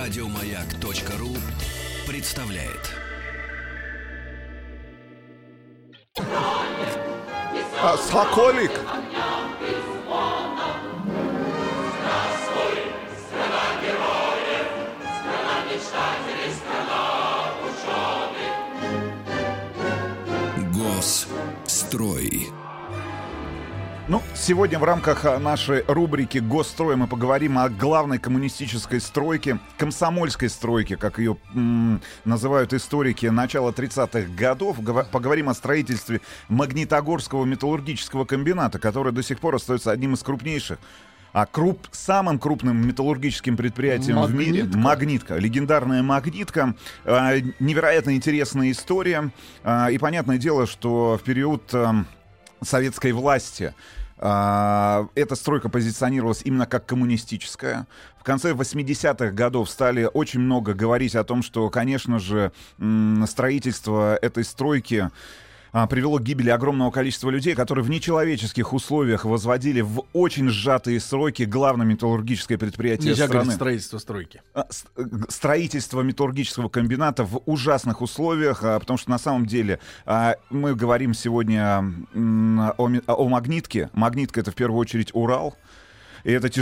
Радиомаяк.ру представляет. Соколик. Госстрой. Сегодня в рамках нашей рубрики «Госстрой» мы поговорим о главной коммунистической стройке, комсомольской стройке, как ее называют историки начала 30-х годов. Поговорим о строительстве Магнитогорского металлургического комбината, который до сих пор остается одним из крупнейших, самым крупным металлургическим предприятием в мире. Магнитка. Легендарная Магнитка. Невероятно интересная история. И понятное дело, что в период советской власти эта стройка позиционировалась именно как коммунистическая. В конце 80-х годов стали очень много говорить о том, что, конечно же, строительство этой стройки привело к гибели огромного количества людей, которые в нечеловеческих условиях возводили в очень сжатые сроки главное металлургическое предприятие страны. Нельзя говорить строительство стройки. Строительство металлургического комбината в ужасных условиях, потому что на самом деле мы говорим сегодня о Магнитке. Магнитка — это в первую очередь Урал. И это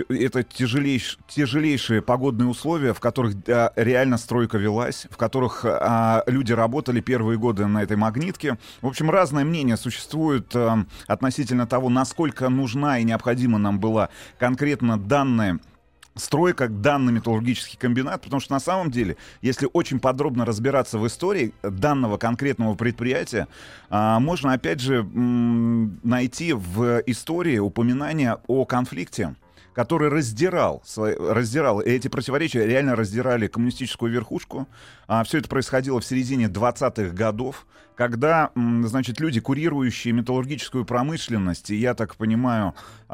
тяжелейшие погодные условия, в которых реально стройка велась, в которых люди работали первые годы на этой Магнитке. В общем, разное мнение существует относительно того, насколько нужна и необходима нам была конкретно данная стройка, данный металлургический комбинат, потому что на самом деле, если очень подробно разбираться в истории данного конкретного предприятия, можно опять же найти в истории упоминание о конфликте, который раздирал, и эти противоречия реально раздирали коммунистическую верхушку. Все это происходило в середине 20-х годов, когда, значит, люди, курирующие металлургическую промышленность, и я так понимаю,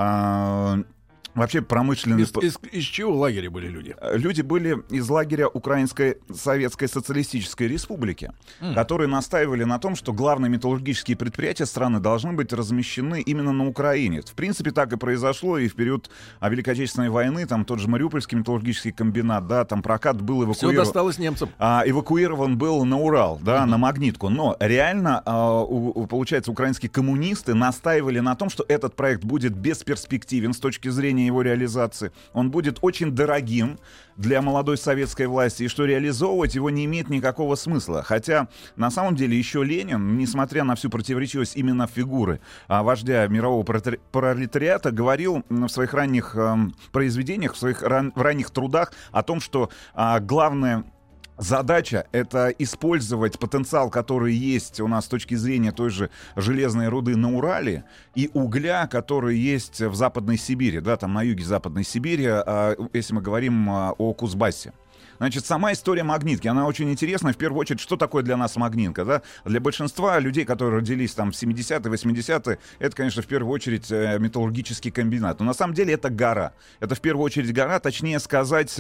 вообще промышленный... Из чего лагеря были люди? Люди были из лагеря Украинской Советской Социалистической Республики, которые настаивали на том, что главные металлургические предприятия страны должны быть размещены именно на Украине. В принципе, так и произошло и в период Великой Отечественной войны. Там тот же Мариупольский металлургический комбинат, да, там прокат был эвакуирован. Все досталось немцам. Эвакуирован был на Урал, да, на Магнитку. Но реально, получается, украинские коммунисты настаивали на том, что этот проект будет бесперспективен с точки зрения его реализации. Он будет очень дорогим для молодой советской власти, и что реализовывать его не имеет никакого смысла. Хотя, на самом деле, еще Ленин, несмотря на всю противоречивость именно фигуры вождя мирового пролетариата, говорил в своих ранних произведениях, в своих ранних трудах о том, что главное... задача — это использовать потенциал, который есть у нас с точки зрения той же железной руды на Урале и угля, который есть в Западной Сибири, да, там на юге Западной Сибири, если мы говорим о Кузбассе. Значит, сама история Магнитки, она очень интересна. В первую очередь, что такое для нас Магнитка? Да? Для большинства людей, которые родились там в 70-е, 80-е, это, конечно, в первую очередь металлургический комбинат. Но на самом деле это гора. Это в первую очередь гора, точнее сказать,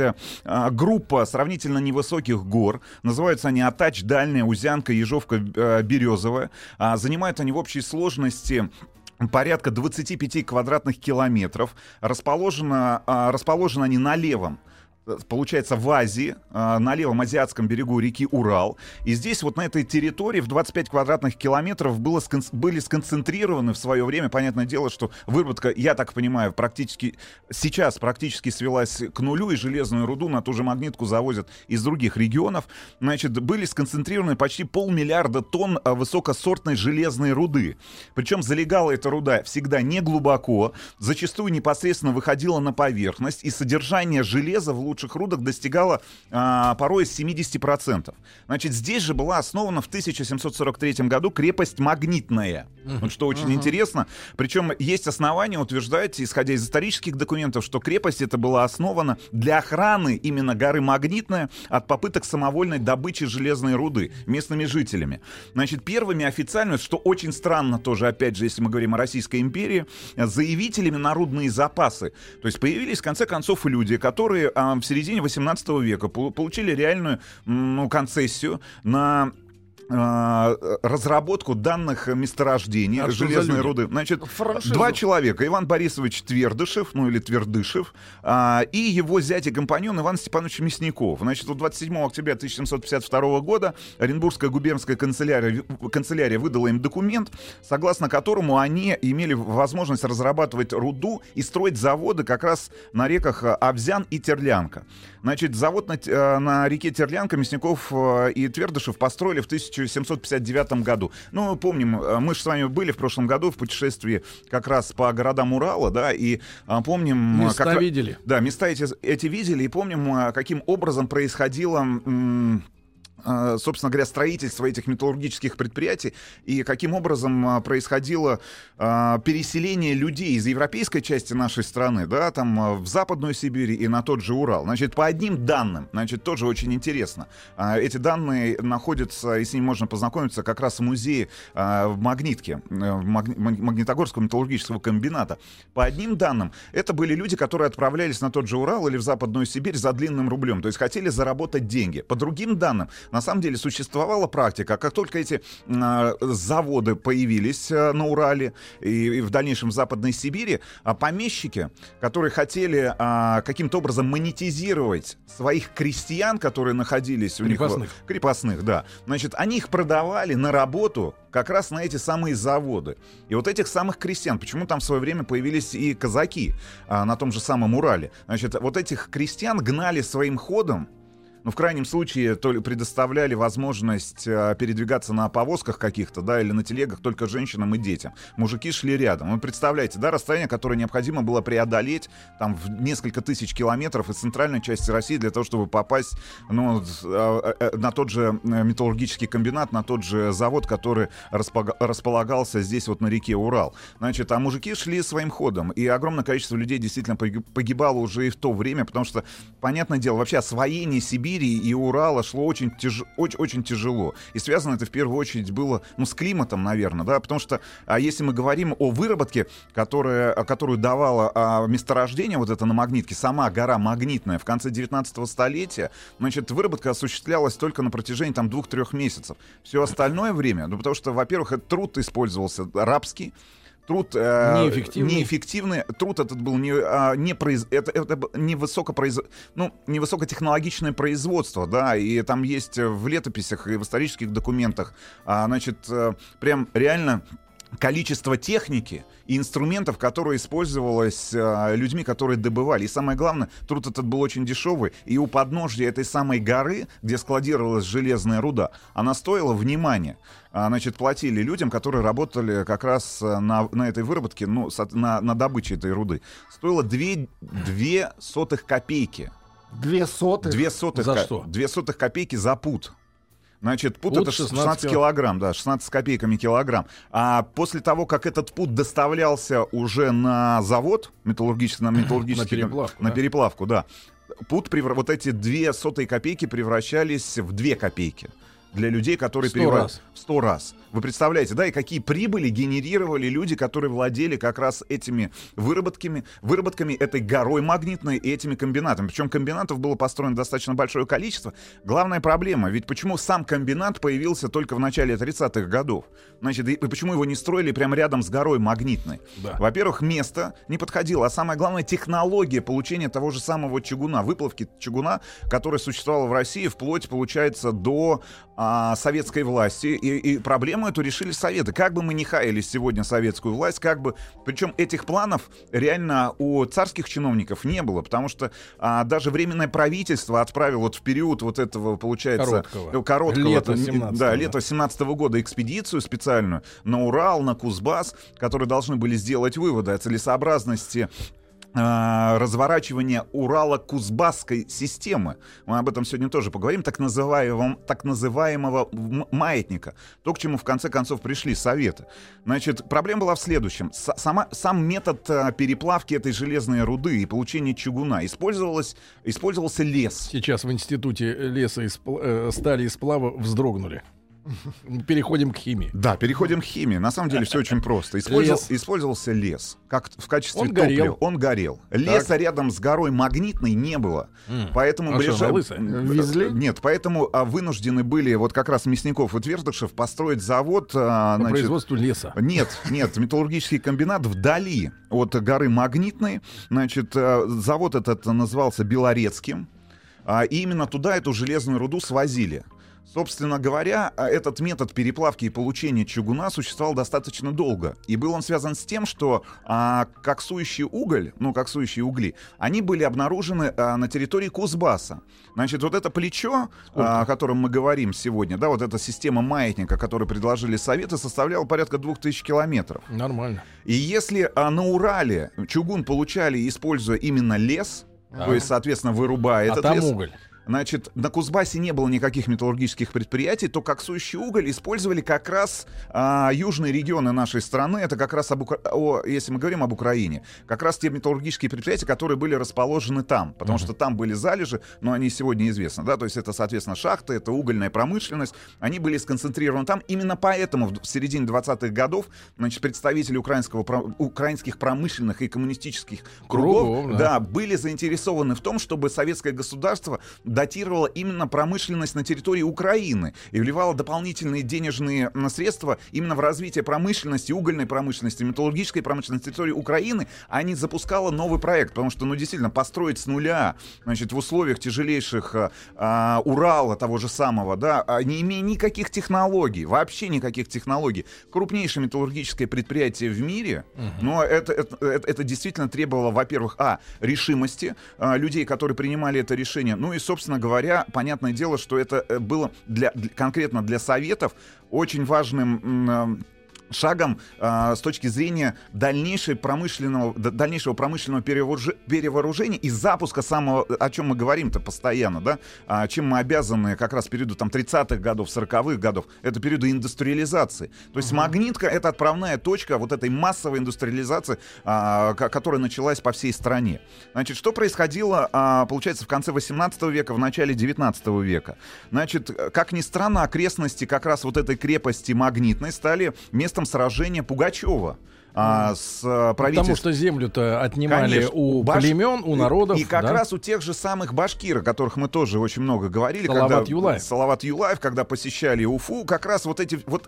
группа сравнительно невысоких гор. Называются они Атач, Дальняя, Узянка, Ежовка, Березовая. Занимают они в общей сложности порядка 25 квадратных километров. Расположены они на левом, получается, в Азии, на левом азиатском берегу реки Урал. И здесь вот на этой территории в 25 квадратных километров были сконцентрированы в свое время. Понятное дело, что выработка, я так понимаю, сейчас практически свелась к нулю, и железную руду на ту же Магнитку завозят из других регионов. Значит, были сконцентрированы почти 500 миллиарда тонн высокосортной железной руды. Причем залегала эта руда всегда не глубоко, зачастую непосредственно выходила на поверхность, и содержание железа в лучших рудах достигала порой 70%. Значит, здесь же была основана в 1743 году крепость Магнитная. Вот что очень интересно. Причем есть основания утверждать, исходя из исторических документов, что крепость эта была основана для охраны именно горы Магнитная от попыток самовольной добычи железной руды местными жителями. Значит, первыми официально, что очень странно тоже, опять же, если мы говорим о Российской империи, заявителями на рудные запасы. То есть появились, в конце концов, люди, которые в середине 18 века получили реальную концессию на разработку данных месторождений А что за железной люди? руды. Значит, Франшизу. два человека. Иван Борисович Твердышев, ну или Твердышев, и его зять и компаньон Иван Степанович Мясников. Значит, 27 октября 1752 года Оренбургская губернская канцелярия выдала им документ, согласно которому они имели возможность разрабатывать руду и строить заводы как раз на реках Обзян и Терлянка. Значит, завод на реке Терлянка Мясников и Твердышев построили в 1759 году. Ну, помним, мы же с вами были в прошлом году в путешествии как раз по городам Урала, да, и помним... Места видели. Да, места эти видели, и помним, каким образом происходило... собственно говоря, строительство этих металлургических предприятий и каким образом происходило переселение людей из европейской части нашей страны, да, там в Западную Сибирь и на тот же Урал. Значит, по одним данным, значит, тоже очень интересно. Эти данные находятся, и с ними можно познакомиться как раз в музее в Магнитке, Магнитогорского металлургического комбината. По одним данным, это были люди, которые отправлялись на тот же Урал или в Западную Сибирь за длинным рублем, то есть хотели заработать деньги. По другим данным, на самом деле существовала практика, как только эти заводы появились на Урале и в дальнейшем в Западной Сибири, помещики, которые хотели каким-то образом монетизировать своих крестьян, которые находились у них... Крепостных, да. Значит, они их продавали на работу как раз на эти самые заводы. И вот этих самых крестьян, почему там в свое время появились и казаки на том же самом Урале, значит, вот этих крестьян гнали своим ходом, ну, в крайнем случае, то ли предоставляли возможность передвигаться на повозках каких-то, да, или на телегах только женщинам и детям. Мужики шли рядом. Вы представляете, да, расстояние, которое необходимо было преодолеть там в несколько тысяч километров из центральной части России для того, чтобы попасть, ну, на тот же металлургический комбинат, на тот же завод, который располагался здесь вот на реке Урал. Значит, а мужики шли своим ходом, и огромное количество людей действительно погибало уже и в то время, потому что, понятное дело, вообще освоение Сибири и Урала шло очень тяжело. И связано это в первую очередь было, ну, с климатом, наверное, да, потому что если мы говорим о выработке, которую давало месторождение вот это на Магнитке, сама гора Магнитная в конце 19 столетия, значит, выработка осуществлялась только на протяжении там 2-3 месяцев. Все остальное время, ну, потому что, во-первых, этот труд использовался рабский, труд неэффективный. Труд этот был невысокотехнологичное производство, да, и там есть в летописях и в исторических документах, значит, прям реально количество техники и инструментов, которые использовалось людьми, которые добывали. И самое главное, труд этот был очень дешевый. И у подножья этой самой горы, где складировалась железная руда, она стоила внимания. Значит, платили людям, которые работали как раз на этой выработке, ну, на добыче этой руды. Стоило 2 копейки. 2 сотых? 2 сотых. За что? 2 сотых копейки за пуд. Значит, пуд это 16 килограмм, да, 16 копейками килограмм. А после того, как этот пуд доставлялся уже на завод металлургический, на переплавку, да, пуд, вот эти 2 сотые копейки превращались в 2 копейки. Для людей, которые переводят в 100 раз. Вы представляете, да, и какие прибыли генерировали люди, которые владели как раз этими выработками этой горой магнитной и этими комбинатами. Причем комбинатов было построено достаточно большое количество. Главная проблема, ведь почему сам комбинат появился только в начале 30-х годов? Значит, и почему его не строили прямо рядом с горой магнитной? Да. Во-первых, место не подходило, а самое главное, технология получения того же самого чугуна, выплавки чугуна, которая существовала в России вплоть, получается, до советской власти. И проблему эту решили Советы. Как бы мы ни хаяли сегодня советскую власть, причем этих планов реально у царских чиновников не было, потому что даже Временное правительство отправило вот в период вот этого, получается, короткого лета 17 года экспедицию специальную на Урал, на Кузбасс, которые должны были сделать выводы о целесообразности разворачивания Урало-Кузбасской системы. Мы об этом сегодня тоже поговорим, так называемого маятника. То, к чему в конце концов пришли Советы. Значит, проблема была в следующем. Сам метод переплавки этой железной руды и получения чугуна использовался лес. Сейчас в Институте леса, стали и сплава вздрогнули. Переходим к химии. Да, переходим к химии. На самом деле все очень просто. Использовался лес как в качестве Он топлива. горел. Он горел. Леса рядом с горой Магнитной не было. Поэтому Везли? Нет, поэтому вынуждены были вот как раз Мясников и Твердышев построить завод По производству леса. Нет, металлургический комбинат вдали от горы Магнитной. Значит, завод этот назывался Белорецким. И именно туда эту железную руду свозили. Собственно говоря, этот метод переплавки и получения чугуна существовал достаточно долго. И был он связан с тем, что коксующий уголь, коксующие угли, они были обнаружены на территории Кузбасса. Значит, вот это плечо, о котором мы говорим сегодня, да, вот эта система маятника, которую предложили Советы, составляла порядка 2000 километров. Нормально. И если на Урале чугун получали, используя именно лес, то есть, соответственно, вырубая этот там лес... уголь. Значит, на Кузбассе не было никаких металлургических предприятий, то коксующий уголь использовали как раз южные регионы нашей страны. Это как раз, если мы говорим об Украине, как раз те металлургические предприятия, которые были расположены там. Потому что там были залежи, но они сегодня известны. Да? То есть это, соответственно, шахты, это угольная промышленность. Они были сконцентрированы там. Именно поэтому в середине 20-х годов, значит, представители украинских промышленных и коммунистических кругов были заинтересованы в том, чтобы советское государство датировала именно промышленность на территории Украины и вливала дополнительные денежные средства именно в развитие промышленности, угольной промышленности, металлургической промышленности на территории Украины, а не запускала новый проект, потому что, действительно, построить с нуля, значит, в условиях тяжелейших Урала того же самого, да, не имея никаких технологий, вообще никаких технологий, крупнейшее металлургическое предприятие в мире, но это действительно требовало, во-первых, решимости людей, которые принимали это решение, и, собственно говоря, понятное дело, что это было конкретно для Советов очень важным шагом с точки зрения дальнейшего промышленного перевооружения и запуска самого, о чем мы говорим-то постоянно, да, чем мы обязаны как раз периоду 30-х годов, 40-х годов, это периоду индустриализации. То есть Магнитка — это отправная точка вот этой массовой индустриализации, которая началась по всей стране. Значит, что происходило, получается, в конце 18 века, в начале 19 века? Значит, как ни странно, окрестности как раз вот этой крепости Магнитной стали местом сражения Пугачева с правительством. Потому что землю-то отнимали у племен, у народов. И как раз у тех же самых башкир, о которых мы тоже очень много говорили. Салават Юлаев, когда посещали Уфу, как раз вот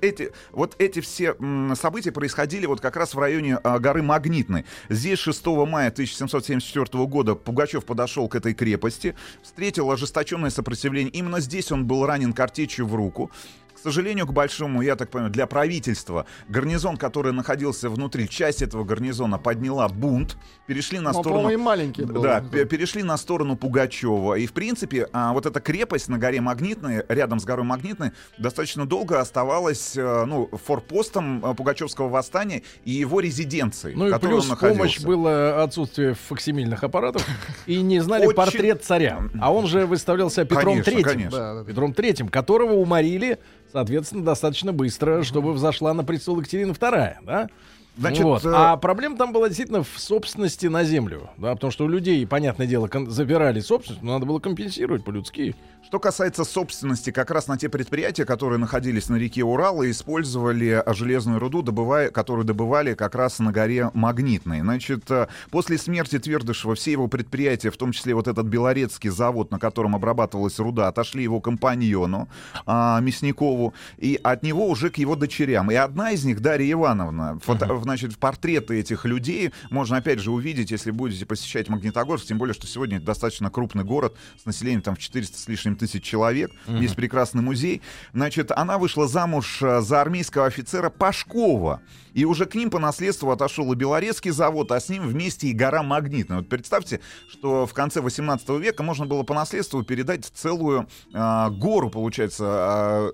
эти все события происходили вот как раз в районе горы Магнитной. Здесь 6 мая 1774 года Пугачев подошел к этой крепости, встретил ожесточенное сопротивление. Именно здесь он был ранен картечью в руку. К сожалению, к большому, я так понимаю, для правительства, гарнизон, который находился внутри, часть этого гарнизона подняла бунт, перешли на сторону... перешли на сторону Пугачева. И, в принципе, вот эта крепость на горе Магнитной, рядом с горой Магнитной, достаточно долго оставалась форпостом Пугачевского восстания и его резиденцией, в которой он находился. Помощь было отсутствие факсимильных аппаратов, и не знали портрет царя. А он же выставлял себя Петром III. Петром III, которого уморили, соответственно, достаточно быстро, чтобы взошла на престол Екатерина II, да? Значит, А проблема там была действительно в собственности на землю, да, потому что у людей, понятное дело, забирали собственность, но надо было компенсировать по-людски. Что касается собственности, как раз на те предприятия, которые находились на реке Урал и использовали железную руду, которую добывали как раз на горе Магнитной. Значит, после смерти Твердышева все его предприятия, в том числе вот этот Белорецкий завод, на котором обрабатывалась руда, отошли его компаньону Мясникову, и от него уже к его дочерям. И одна из них, Дарья Ивановна, значит, портреты этих людей можно опять же увидеть, если будете посещать Магнитогорск, тем более, что сегодня это достаточно крупный город с населением в 400 с лишним тысяч человек, есть прекрасный музей. Значит, она вышла замуж за армейского офицера Пашкова, и уже к ним по наследству отошел и Белорецкий завод, а с ним вместе и гора Магнитная. Вот представьте, что в конце 18 века можно было по наследству передать целую гору, получается,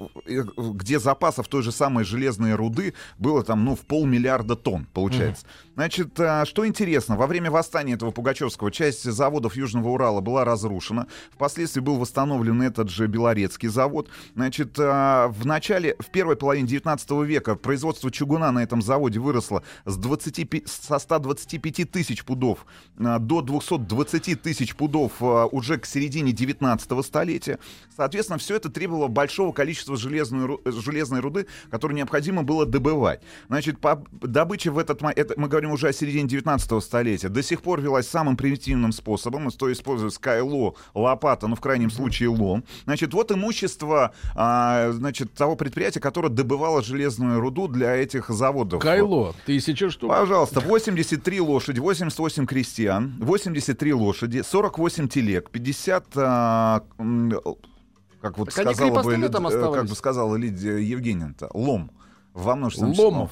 где запасов той же самой железной руды было в 500 000 тонн, получается. Значит, что интересно, во время восстания этого Пугачевского часть заводов Южного Урала была разрушена. Впоследствии был восстановлен этот же Белорецкий завод. Значит, в первой половине 19 века производство чугуна на этом заводе выросло со 125 тысяч пудов до 220 тысяч пудов уже к середине 19 столетия. Соответственно, все это требовало большого количества железной руды, которую необходимо было добывать. Значит, добыча в этот момент, мы говорим уже о середине 19 столетия, до сих пор велась самым примитивным способом, то есть используя кайло, лопата, в крайнем случае лом. Значит, вот имущество того предприятия, которое добывало железную руду для этих заводов. Кайло, 1000 штук. Пожалуйста, 83 лошади, 88 крестьян, 83 лошади, 48 телег, 50... как вот сказала Лидия Евгеньевна, лом. Во множественном ломов.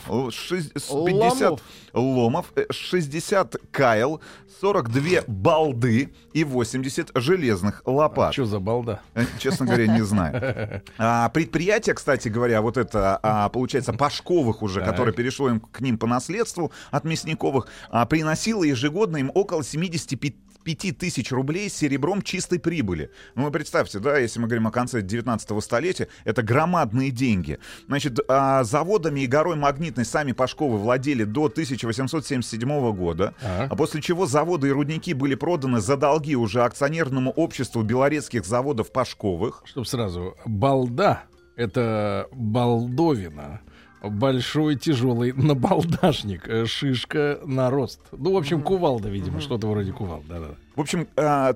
50 ломов, 60 кайл, 42 балды и 80 железных лопат. Что за балда? Честно говоря, не знаю. Предприятие, кстати говоря, вот это, получается, Пашковых уже, которое перешло к ним по наследству от Мясниковых, приносило ежегодно им около 75 тысяч рублей с серебром чистой прибыли. Вы представьте, да, если мы говорим о конце 19 столетия, это громадные деньги. Значит, заводами и горой Магнитной сами Пашковы владели до 1877 года, после чего заводы и рудники были проданы за долги уже акционерному обществу белорецких заводов Пашковых. Чтоб сразу, балда — это балдовина. Большой, тяжелый набалдашник, шишка на рост. В общем, кувалда, видимо, что-то вроде кувалды. Да-да. В общем,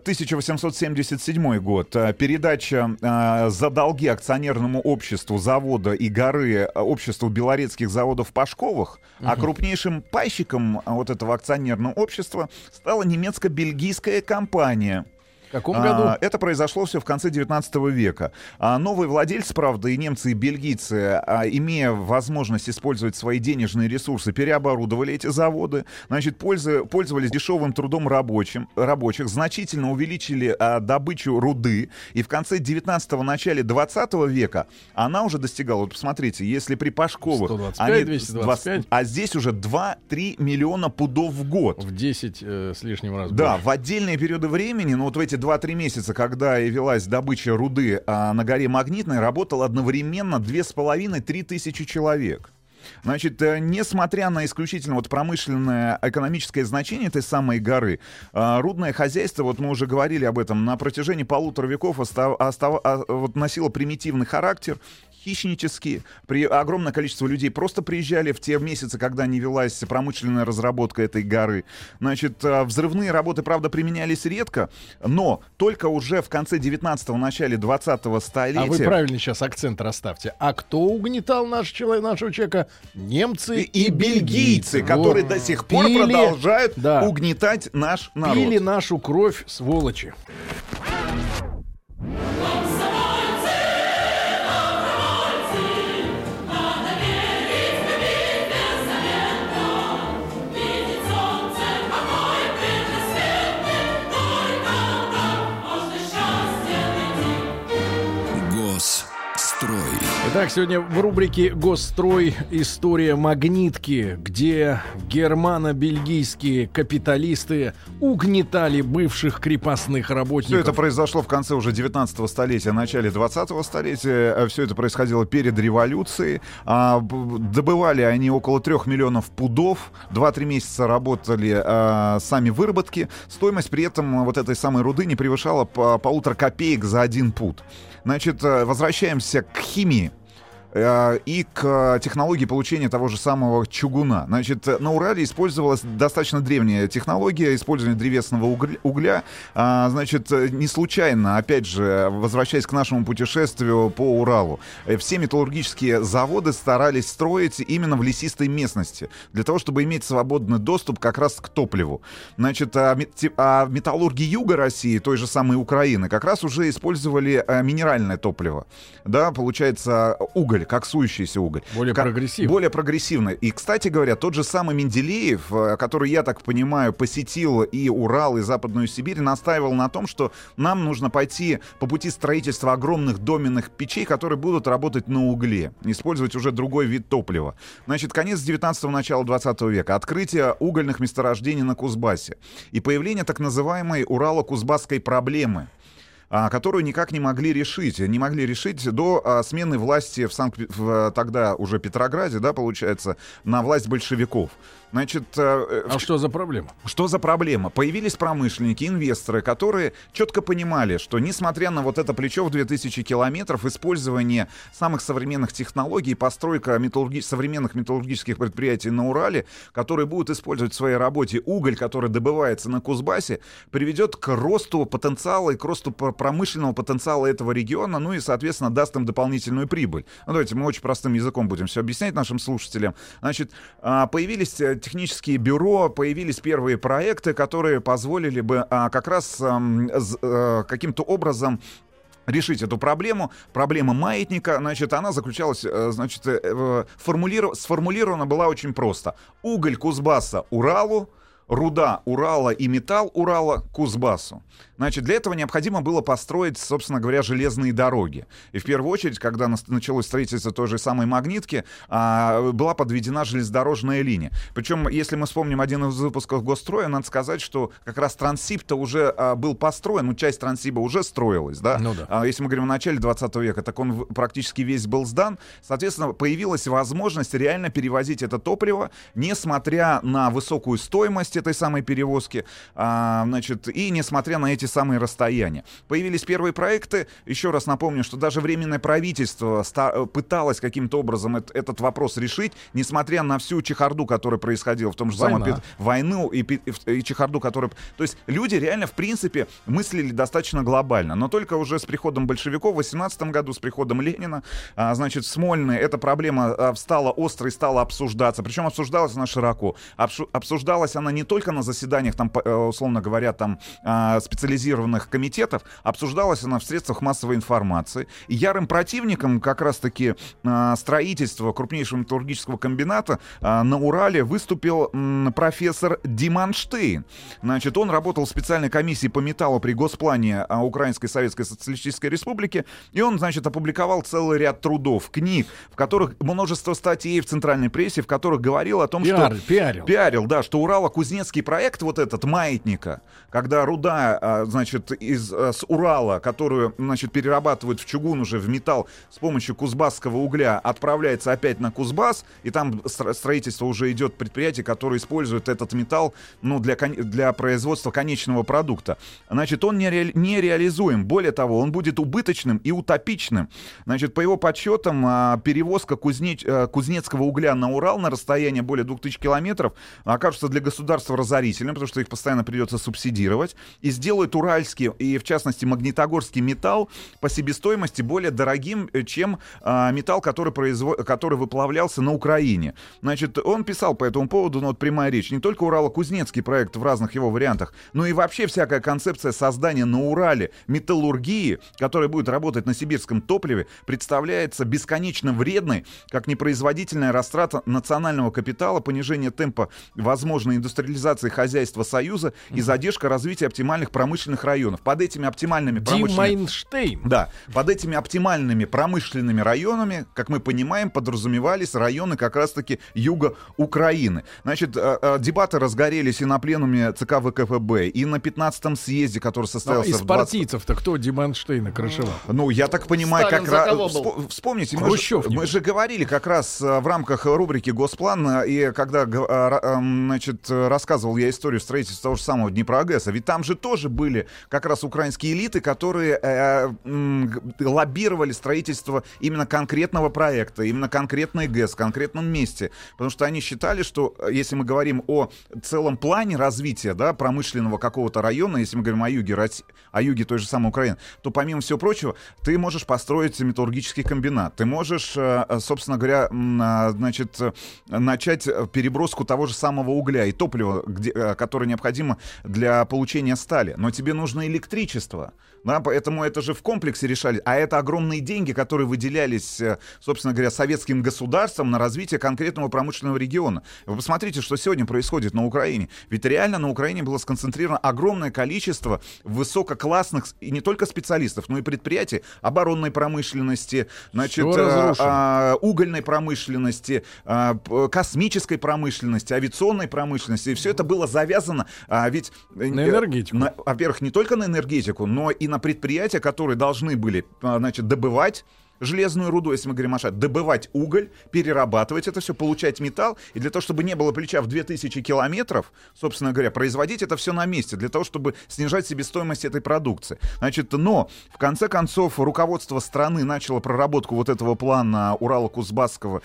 1877 год. Передача за долги акционерному обществу завода и горы обществу белорецких заводов Пашковых, а крупнейшим пайщиком вот этого акционерного общества стала немецко-бельгийская компания. В каком году? Это произошло все в конце 19 века. Новые владельцы, правда, и немцы, и бельгийцы, имея возможность использовать свои денежные ресурсы, переоборудовали эти заводы. Значит, пользовались дешевым трудом рабочих, значительно увеличили добычу руды. И в конце 19-го, начале 20 века она уже достигала, вот посмотрите, если при Пашковых... 125, 225. А здесь уже 2-3 миллиона пудов в год. В 10 с лишним раз Да, больше. в отдельные периоды времени, вот в эти 2-3 месяца, когда и велась добыча руды на горе Магнитной, работало одновременно 2500-3 тысячи человек. Значит, несмотря на исключительно промышленное экономическое значение этой самой горы, рудное хозяйство, мы уже говорили об этом, на протяжении 1,5 веков носило примитивный характер, хищнические. Огромное количество людей просто приезжали в те месяцы, когда не велась промышленная разработка этой горы. Значит, взрывные работы, правда, применялись редко, но только уже в конце 19-го, начале 20-го столетия... А вы правильно сейчас акцент расставьте. А кто угнетал нашего человека? Немцы и бельгийцы, которые до сих пор продолжают угнетать наш народ. Пили нашу кровь, сволочи. Итак, сегодня в рубрике «Госстрой. История магнитки», где германо-бельгийские капиталисты угнетали бывших крепостных работников. Все это произошло в конце уже 19-го столетия, начале 20-го столетия. Все это происходило перед революцией. Добывали они около 3 миллионов пудов. 2-3 месяца работали сами выработки. Стоимость при этом вот этой самой руды не превышала 1,5 копеек за 1 пуд. Значит, возвращаемся к химии и к технологии получения того же самого чугуна. Значит, на Урале использовалась достаточно древняя технология использования древесного угля. Значит, не случайно, опять же, возвращаясь к нашему путешествию по Уралу, все металлургические заводы старались строить именно в лесистой местности, для того, чтобы иметь свободный доступ как раз к топливу. Значит, металлурги юга России, той же самой Украины, как раз уже использовали минеральное топливо. Да, получается, уголь. уголь, коксующийся уголь. Более прогрессивный. Более прогрессивный. И, кстати говоря, тот же самый Менделеев, который, я так понимаю, посетил и Урал, и Западную Сибирь, настаивал на том, что нам нужно пойти по пути строительства огромных доменных печей, которые будут работать на угле, использовать уже другой вид топлива. Значит, конец 19-го, начало 20 века. Открытие угольных месторождений на Кузбассе. И появление так называемой Урало-Кузбасской проблемы, которую никак не могли решить. Не могли решить до смены власти в тогда уже Петрограде, да, получается, на власть большевиков. Значит, что за проблема? Что за проблема? Появились промышленники, инвесторы, которые четко понимали, что несмотря на вот это плечо в 2000 километров, использование самых современных технологий, постройка современных металлургических предприятий на Урале, которые будут использовать в своей работе уголь, который добывается на Кузбассе, приведет к росту потенциала и к росту промышленного потенциала этого региона, ну и, соответственно, даст им дополнительную прибыль. Ну, давайте мы очень простым языком будем все объяснять нашим слушателям. Значит, появились технические бюро, появились первые проекты, которые позволили бы как раз каким-то образом решить эту проблему. Проблема маятника, значит, она заключалась, значит, сформулирована была очень просто. Уголь Кузбасса Уралу, руда Урала и металл Урала Кузбассу. Значит, для этого необходимо было построить, собственно говоря, железные дороги. И в первую очередь, когда началось строительство той же самой магнитки, была подведена железнодорожная линия. Причем, если мы вспомним один из выпусков Госстроя, надо сказать, что как раз Транссиб-то уже был построен, ну, часть Транссиба уже строилась, да? Ну, да. Если мы говорим о начале 20 века, так он практически весь был сдан. Соответственно, появилась возможность реально перевозить это топливо, несмотря на высокую стоимость этой самой перевозки, значит, и несмотря на эти самые расстояния. Появились первые проекты. Еще раз напомню, что даже Временное правительство пыталось каким-то образом этот вопрос решить, несмотря на всю чехарду, которая происходила в том же самом войну и чехарду, которая... То есть люди реально, в принципе, мыслили достаточно глобально. Но только уже с приходом большевиков в 18 году, с приходом Ленина, значит, в Смольное эта проблема стала острой, стала обсуждаться. Причем обсуждалась она широко. Обсуждалась она не только на заседаниях, там, условно говоря, там, специализированных комитетов, обсуждалась она в средствах массовой информации. И ярым противником как раз-таки строительства крупнейшего металлургического комбината на Урале выступил профессор Диманштейн. Значит, он работал в специальной комиссии по металлу при Госплане Украинской Советской Социалистической Республики, и он, значит, опубликовал целый ряд трудов, книг, в которых множество статей в центральной прессе, в которых говорил о том, пиарил, да, что Урало-Кузнецкий проект, вот этот маятника, когда руда, значит, с Урала, которую, значит, перерабатывают в чугун уже, в металл с помощью кузбасского угля, отправляется опять на Кузбасс, и там строительство уже идет предприятие, которое использует этот металл, ну, для производства конечного продукта. Значит, он не реализуем. Более того, он будет убыточным и утопичным. Значит, по его подсчетам, перевозка кузнецкого угля на Урал на расстояние более 2000 километров окажется для государства разорительным, потому что их постоянно придется субсидировать, и сделает уральский, и в частности магнитогорский металл по себестоимости более дорогим, чем металл, который выплавлялся на Украине. Значит, он писал по этому поводу, ну, вот прямая речь, не только Урало-Кузнецкий проект в разных его вариантах, но и вообще всякая концепция создания на Урале металлургии, которая будет работать на сибирском топливе, представляется бесконечно вредной, как непроизводительная растрата национального капитала, понижение темпа возможной индустриализации хозяйства Союза и задержка развития оптимальных промышленных районов. Под этими оптимальными под этими оптимальными промышленными районами, как мы понимаем, подразумевались районы как раз-таки юга Украины. Значит, дебаты разгорелись и на пленуме ЦК ВКПБ, и на 15-м съезде, который состоялся из партийцев-то кто Диманштейна крышевал? Ну, я так понимаю, как раз... Вспомните, мы же говорили как раз в рамках рубрики «Госплан», и когда, значит, рассказывал я историю строительства того же самого Днепрогэса, ведь там же тоже были как раз украинские элиты, которые лоббировали строительство именно конкретного проекта, именно конкретной ГЭС, в конкретном месте. Потому что они считали, что если мы говорим о целом плане развития, да, промышленного какого-то района, если мы говорим о юге той же самой Украины, то помимо всего прочего, ты можешь построить металлургический комбинат, ты можешь, собственно говоря, значит, начать переброску того же самого угля и топлива топливо, которое необходимо для получения стали, но тебе нужно электричество. Да, поэтому это же в комплексе решали. А это огромные деньги, которые выделялись, собственно говоря, советским государством на развитие конкретного промышленного региона. Вы посмотрите, что сегодня происходит на Украине. Ведь реально на Украине было сконцентрировано огромное количество высококлассных, и не только специалистов, но и предприятий оборонной промышленности, значит, угольной промышленности, космической промышленности, авиационной промышленности. И все это было завязано ведь на энергетику. Во-первых, не только на энергетику, но и на предприятия, которые должны были, значит, добывать железную руду, если мы говорим о шахте, добывать уголь, перерабатывать это все, получать металл, и для того, чтобы не было плеча в 2000 километров, собственно говоря, производить это все на месте, для того, чтобы снижать себестоимость этой продукции. Значит, но, в конце концов, руководство страны начало проработку вот этого плана Урало-Кузбасского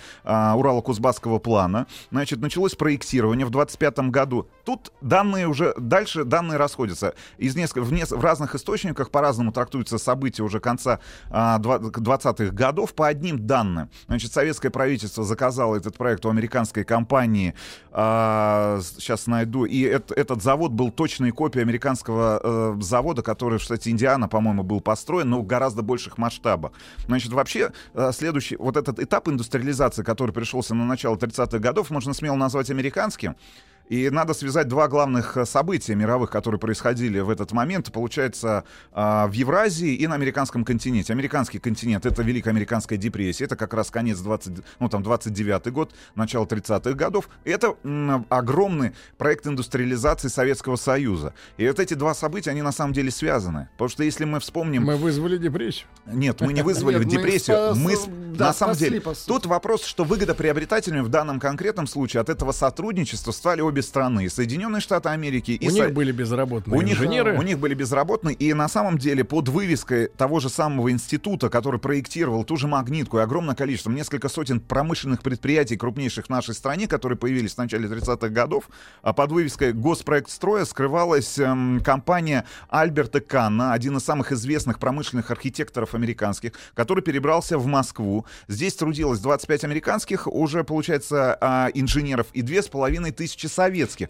плана, значит, началось проектирование в 2025 году. Тут данные уже, дальше данные расходятся. В разных источниках по-разному трактуются события уже конца 20-х годов. По одним данным, значит, советское правительство заказало этот проект у американской компании, сейчас найду, и этот завод был точной копией американского завода, который в штате Индиана, по-моему, был построен, но в гораздо больших масштабах. Значит, вообще, следующий, вот этот этап индустриализации, который пришелся на начало 30-х годов, можно смело назвать американским. И надо связать два главных события мировых, которые происходили в этот момент, получается, в Евразии и на американском континенте. Американский континент — это Великая Американская депрессия, это как раз конец 29-й год, начало 30-х годов. Это огромный проект индустриализации Советского Союза. И вот эти два события, они на самом деле связаны. Потому что если мы вспомним... Мы вызвали депрессию. Нет, мы не вызвали депрессию. На самом деле, тут вопрос, что выгодоприобретателями в данном конкретном случае от этого сотрудничества стали обе страны, Соединенные Штаты Америки и... У них были безработные инженеры. У них были безработные, и на самом деле под вывеской того же самого института, который проектировал ту же магнитку, и огромное количество, несколько сотен промышленных предприятий, крупнейших в нашей стране, которые появились в начале 30-х годов, под вывеской Госпроектстроя скрывалась компания Альберта Канна, один из самых известных промышленных архитекторов американских, который перебрался в Москву. Здесь трудилось 25 американских, уже, получается, инженеров, и 2500 советских,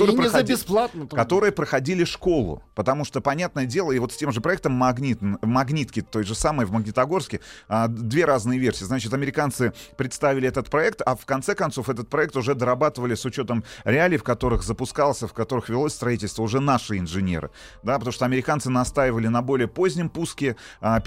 которые проходили школу. Потому что, понятное дело, и вот с тем же проектом магнитки, той же самой в Магнитогорске, две разные версии. Значит, американцы представили этот проект, а в конце концов этот проект уже дорабатывали с учетом реалий, в которых запускался, в которых велось строительство, уже наши инженеры. Да, потому что американцы настаивали на более позднем пуске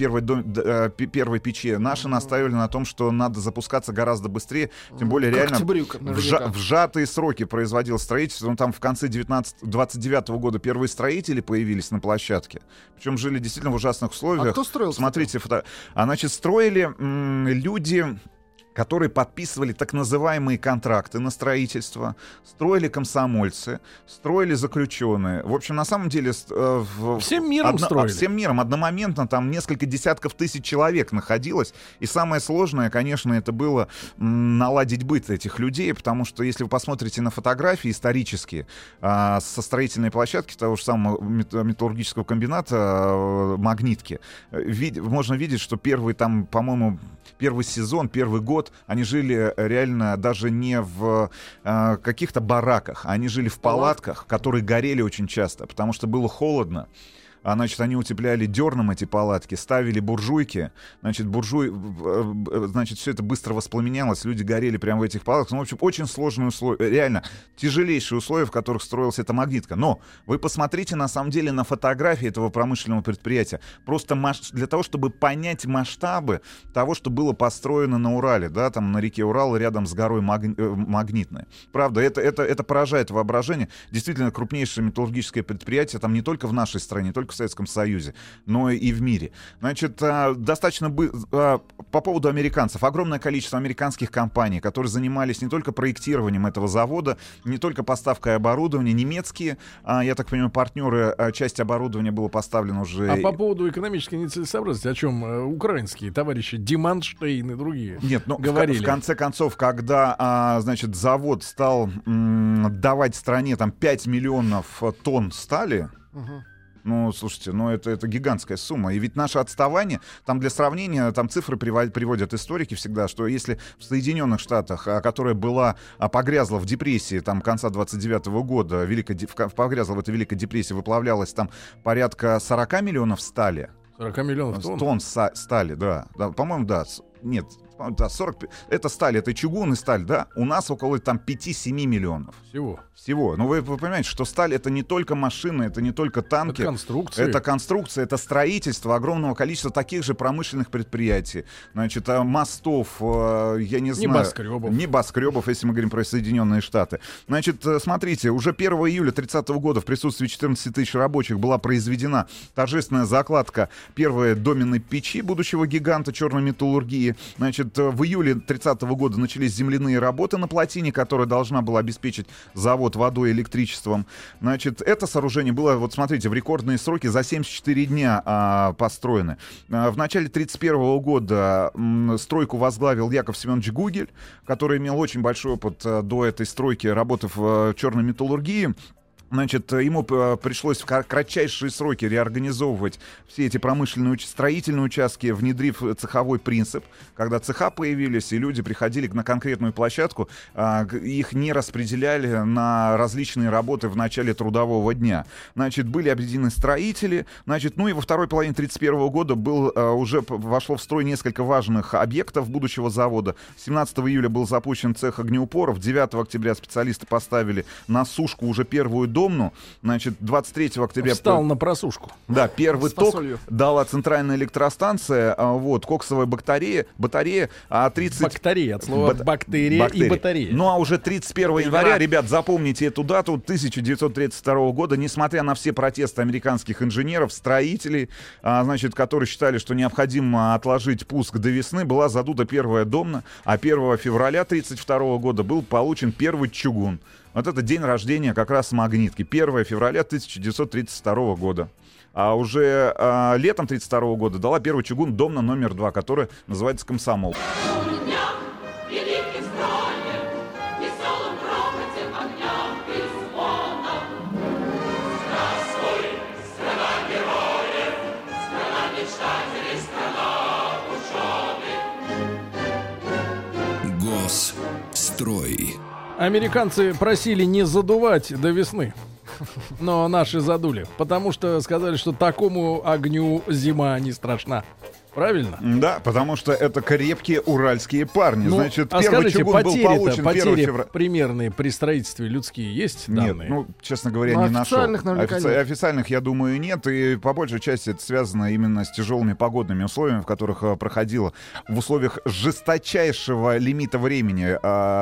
первой печи. Наши настаивали на том, что надо запускаться гораздо быстрее, тем более реально в сжатые сроки производил строительство. Там в конце 29 года первые строители появились на площадке. Причем жили действительно в ужасных условиях. А кто строил? Смотрите, значит, строили люди, которые подписывали так называемые контракты на строительство, строили комсомольцы, строили заключенные. В общем, на самом деле... Всем миром строили. Всем миром. Одномоментно там несколько десятков тысяч человек находилось. И самое сложное, конечно, это было наладить быт этих людей, потому что, если вы посмотрите на фотографии исторические со строительной площадки того же самого металлургического комбината «Магнитки», можно видеть, что первый там, по-моему, первый сезон, первый год они жили реально даже не в каких-то бараках, они жили в палатках, которые горели очень часто, потому что было холодно. Значит, они утепляли дерном эти палатки, ставили буржуйки, значит, все это быстро воспламенялось, люди горели прямо в этих палатках. Ну, в общем, очень сложные условия, реально тяжелейшие условия, в которых строилась эта магнитка. Но вы посмотрите, на самом деле, на фотографии этого промышленного предприятия. Просто для того, чтобы понять масштабы того, что было построено на Урале, да, там на реке Урал, рядом с горой Магнитной. Правда, это поражает воображение. Действительно, крупнейшее металлургическое предприятие там не только в нашей стране, не только в Советском Союзе, но и в мире. Значит, достаточно по поводу американцев. Огромное количество американских компаний, которые занимались не только проектированием этого завода, не только поставкой оборудования. Немецкие, я так понимаю, партнеры, часть оборудования была поставлена уже. А по поводу экономической нецелесообразности, о чем украинские товарищи Диманштейн и другие говорили? В конце концов, когда, значит, завод стал давать стране там 5 миллионов тонн стали, Ну, слушайте, ну это гигантская сумма. И ведь наше отставание, там для сравнения, там цифры приводят историки всегда, что если в Соединенных Штатах, которая была погрязла в депрессии там конца 29-го года, погрязла в этой Великой депрессии, выплавлялось там порядка 40 миллионов стали. 40 миллионов тонн? Тонн стали, да. По-моему, да. Нет, да, 40. Это сталь, это чугун и сталь, да. У нас около там 5-7 миллионов. Всего. Но вы понимаете, что сталь — это не только машины, это не только танки. Это конструкция, это строительство огромного количества таких же промышленных предприятий. Значит, мостов, я не знаю. Небоскребов, если мы говорим про Соединенные Штаты. Значит, смотрите, уже 1 июля 30-го года в присутствии 14 тысяч рабочих была произведена торжественная закладка первой доменной печи будущего гиганта черной металлургии. Значит, в июле 30-го года начались земляные работы на плотине, которая должна была обеспечить завод водой и электричеством. Значит, это сооружение было, вот смотрите, в рекордные сроки за 74 дня построено. В начале 31 года стройку возглавил Яков Семенович Гугель, который имел очень большой опыт до этой стройки работы в черной металлургии. Значит, ему пришлось в кратчайшие сроки реорганизовывать все эти промышленные строительные участки, внедрив цеховой принцип. Когда цеха появились, и люди приходили на конкретную площадку, их не распределяли на различные работы в начале трудового дня. Значит, были объединены строители. Значит, ну и во второй половине 1931 года уже вошло в строй несколько важных объектов будущего завода. 17 июля был запущен цех огнеупоров. 9 октября специалисты поставили на сушку уже первую домну. Значит, 23 октября... Встал на просушку. Да, первый ток дала центральная электростанция, вот, коксовая батарея, 30... Бактерия, от слова бактерия и батарея. Ну, а уже 31 января, ребят, запомните эту дату, 1932 года, несмотря на все протесты американских инженеров, строителей, значит, которые считали, что необходимо отложить пуск до весны, была задута первая домна, а 1 февраля 1932 года был получен первый чугун. Вот это день рождения как раз магнитки. 1 февраля 1932 года. А уже летом 1932 года дала первый чугун домна номер 2, которая называется «Комсомол». Госстрой. Американцы просили не задувать до весны, но наши задули, потому что сказали, что такому огню зима не страшна. Правильно? Да, потому что это крепкие уральские парни. Ну, значит, первый чугун был получен 1 февраля. Примерные при строительстве людские есть данные? Нет, ну, честно говоря, не нашел. Официальных, я думаю, нет. И по большей части это связано именно с тяжелыми погодными условиями, в которых проходило в условиях жесточайшего лимита времени,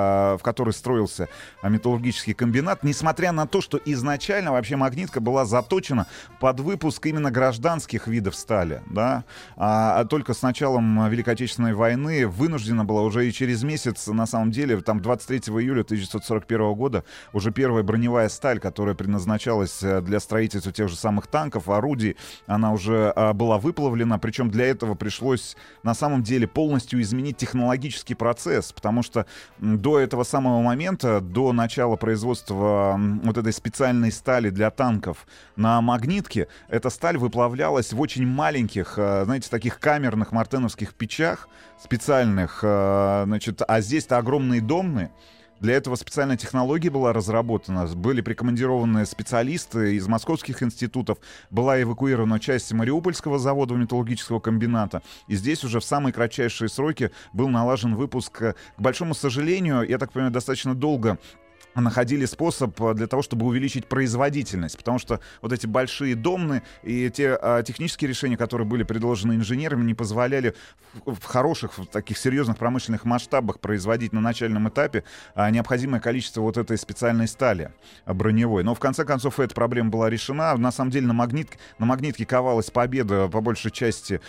в который строился металлургический комбинат. Несмотря на то, что изначально вообще магнитка была заточена под выпуск именно гражданских видов стали, да, а только с началом Великой Отечественной войны вынуждена была уже и через месяц, на самом деле, там 23 июля 1941 года уже первая броневая сталь, которая предназначалась для строительства тех же самых танков, орудий, она уже была выплавлена, причем для этого пришлось на самом деле полностью изменить технологический процесс, потому что до этого самого момента, до начала производства вот этой специальной стали для танков на магнитке, эта сталь выплавлялась в очень маленьких, знаете, таких камерных мартеновских печах специальных, значит, а здесь-то огромные домны. Для этого специальная технология была разработана, были прикомандированы специалисты из московских институтов, была эвакуирована часть Мариупольского завода металлургического комбината, и здесь уже в самые кратчайшие сроки был налажен выпуск. К большому сожалению, я так понимаю, достаточно долго находили способ для того, чтобы увеличить производительность, потому что вот эти большие домны и те технические решения, которые были предложены инженерами, не позволяли в хороших, в таких серьезных промышленных масштабах производить на начальном этапе необходимое количество вот этой специальной стали броневой. Но в конце концов эта проблема была решена. На самом деле на магнитке ковалась победа, по большей части,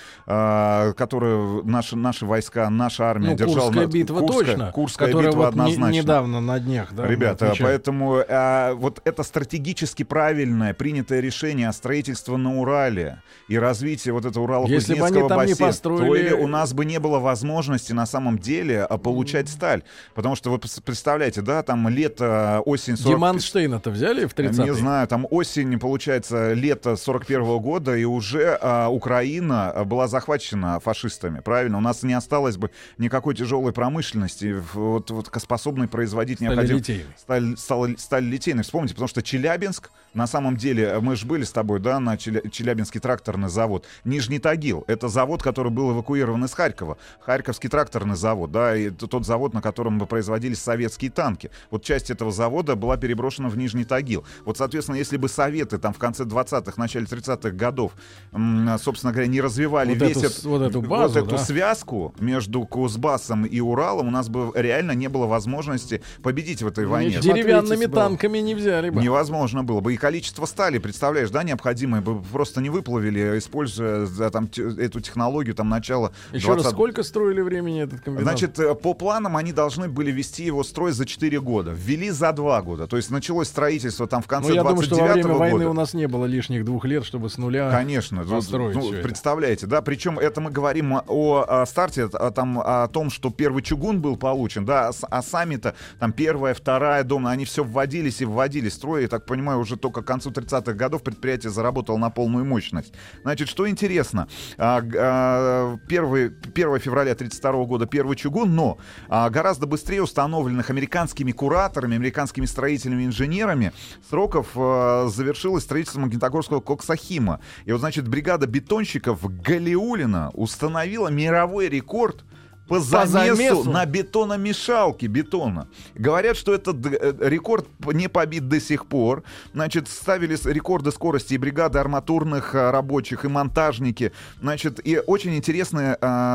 которую наши войска, наша армия держала. Курская битва точно. Курская битва вот однозначно. Недавно на днях, да? Ребят, ребята. Поэтому вот это стратегически правильное принятое решение о строительстве на Урале и развитии вот этого Урало-Кузнецкого бассейна, то или у нас бы не было возможности на самом деле получать сталь. Потому что вы представляете, да, там лето, осень... Диманштейна-то взяли в 30-е? Не знаю, там осень, получается, лето 41-го года, и уже Украина была захвачена фашистами, правильно? У нас не осталось бы никакой тяжелой промышленности, вот способной производить необходимую сталь литейную. Вспомните, потому что Челябинск, на самом деле, мы же были с тобой, да, на Челябинский тракторный завод. Нижний Тагил — это завод, который был эвакуирован из Харькова. Харьковский тракторный завод, да, и тот завод, на котором производились советские танки. Вот часть этого завода была переброшена в Нижний Тагил. Вот, соответственно, если бы Советы там в конце 20-х, начале 30-х годов, собственно говоря, не развивали эту связку между Кузбассом и Уралом, у нас бы реально не было возможности победить в этой войне. Деревянными танками не взяли бы. Невозможно было бы. И количество стали, представляешь, да, необходимое бы просто не выплавили, используя там эту технологию там начала. Еще раз, сколько строили времени этот комбинат? Значит, по планам они должны были вести его строй за 4 года. Ввели за 2 года. То есть началось строительство там в конце 29-го года. Я думаю, что во время войны у нас не было лишних 2 лет, чтобы с нуля построить. Представляете, да? Причем это мы говорим о старте, о том, что первый чугун был получен, да, а сами-то там первая, вторая дом, они все вводились и вводили строи. Я так понимаю, уже только к концу 30-х годов предприятие заработало на полную мощность. Значит, что интересно, 1 февраля 1932 года первый чугун, но гораздо быстрее установленных американскими кураторами, американскими строителями, инженерами сроков завершилось строительство Магнитогорского коксохима. И вот, значит, бригада бетонщиков Галиуллина установила мировой рекорд по замесу на бетономешалке бетона. Говорят, что этот рекорд не побит до сих пор. Значит, ставили рекорды скорости и бригады арматурных рабочих, и монтажники. Значит, и очень интересные...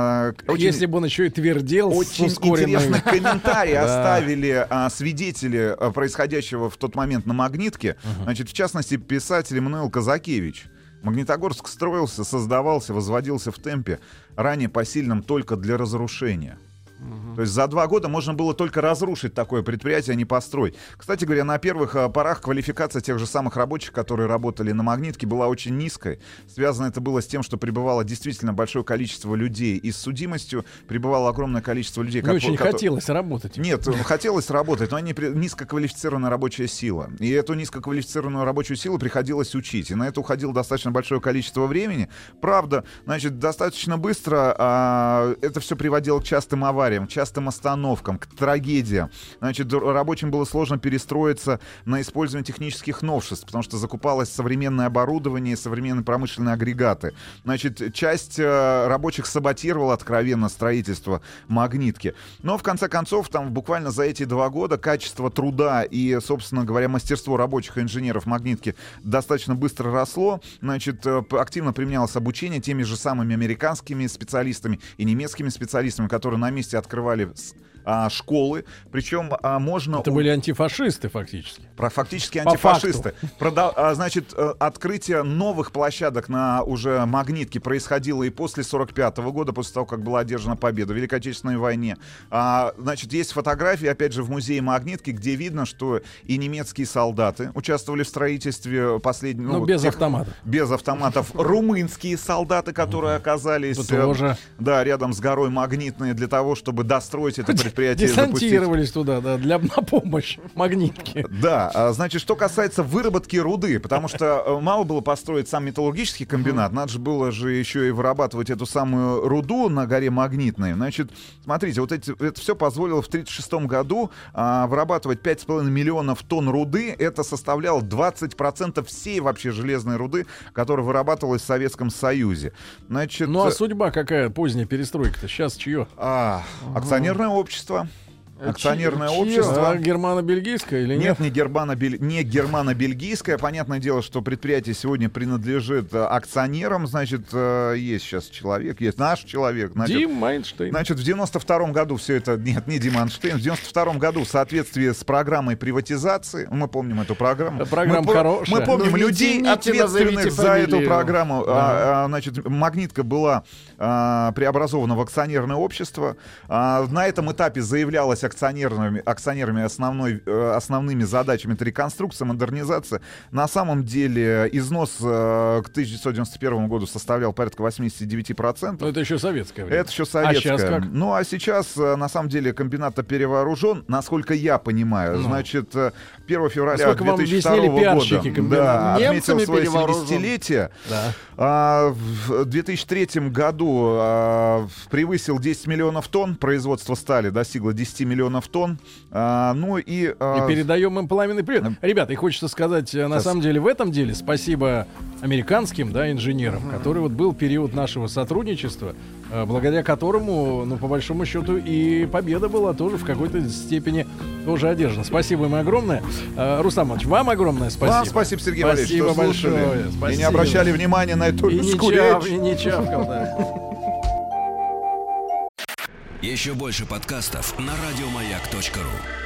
Если бы он еще и твердел, очень интересный комментарий оставили свидетели происходящего в тот момент на Магнитке. Значит, в частности, писатель Эммануил Казакевич. Магнитогорск строился, создавался, возводился в темпе, ранее посильном только для разрушения. То есть за 2 года можно было только разрушить такое предприятие, а не построить. Кстати говоря, на первых порах квалификация тех же самых рабочих, которые работали на Магнитке, была очень низкой. Связано это было с тем, что прибывало действительно большое количество людей. И с судимостью прибывало огромное количество людей. Не очень хотелось работать. Нет, хотелось работать, но они низкоквалифицированная рабочая сила. И эту низкоквалифицированную рабочую силу приходилось учить. И на это уходило достаточно большое количество времени. Правда, значит, достаточно быстро это все приводило к частым авариям, к частым остановкам, к трагедиям. Значит, рабочим было сложно перестроиться на использование технических новшеств, потому что закупалось современное оборудование, современные промышленные агрегаты. Значит, часть рабочих саботировала откровенно строительство Магнитки. Но, в конце концов, там буквально за эти 2 года качество труда и, собственно говоря, мастерство рабочих и инженеров Магнитки достаточно быстро росло. Значит, активно применялось обучение теми же самыми американскими специалистами и немецкими специалистами, которые на месте открывали школы, причем можно... Это были антифашисты фактически. Фактически антифашисты. Значит, открытие новых площадок на уже Магнитке происходило и после 1945 года, после того, как была одержана победа в Великой Отечественной войне. Значит, есть фотографии, опять же, в музее Магнитки, где видно, что и немецкие солдаты участвовали в строительстве последнего... Ну, без автоматов. Без автоматов. Румынские солдаты, которые оказались рядом с горой Магнитной для того, чтобы достроить это предприятие. Десантировались туда, да, на помощь Магнитке. Да, значит, что касается выработки руды, потому что мало было построить сам металлургический комбинат, надо же было еще и вырабатывать эту самую руду на горе Магнитной. Значит, смотрите, вот это все позволило в 1936 году вырабатывать 5,5 миллионов тонн руды. Это составляло 20% всей вообще железной руды, которая вырабатывалась в Советском Союзе. Значит, ну а судьба какая поздняя перестройка-то? Сейчас чье? Акционерное общество. Акционерное общество. Германо-бельгийское или нет? Нет, не германо-бельгийское. Понятное дело, что предприятие сегодня принадлежит акционерам. Значит, есть сейчас человек, есть наш человек. Дим Майнштейн. Значит, в 92-м году все это... Нет, не Дим Майнштейн. В 92-м году в соответствии с программой приватизации, мы помним эту программу. Программа хорошая. Мы помним людей, ответственных за эту программу. Значит, Магнитка была преобразована в акционерное общество. На этом этапе заявлялось акционерами основными задачами — это реконструкция, модернизация. На самом деле износ к 1991 году составлял порядка 89%. Но это еще советское время. Это еще советское. А сейчас как? Ну, а сейчас, на самом деле, комбинат перевооружен, насколько я понимаю. Значит, 1 февраля 2002 года отметил свое 70-летие. В 2003 году превысил 10 миллионов тонн. Производство стали достигло 10 миллионов тонн. Ну и передаем им пламенный привет. Ребята, и хочется сказать, на самом деле, в этом деле спасибо американским, да, инженерам, который вот был период нашего сотрудничества, благодаря которому, ну, по большому счету, и победа была тоже в какой-то степени тоже одержана. Спасибо им огромное. Рустам Иванович, вам огромное спасибо. Вам спасибо, Сергей Валерьевич, что большое. И не обращали внимания на эту речь. И не чавкал, да. Еще больше подкастов на радиомаяк.ру.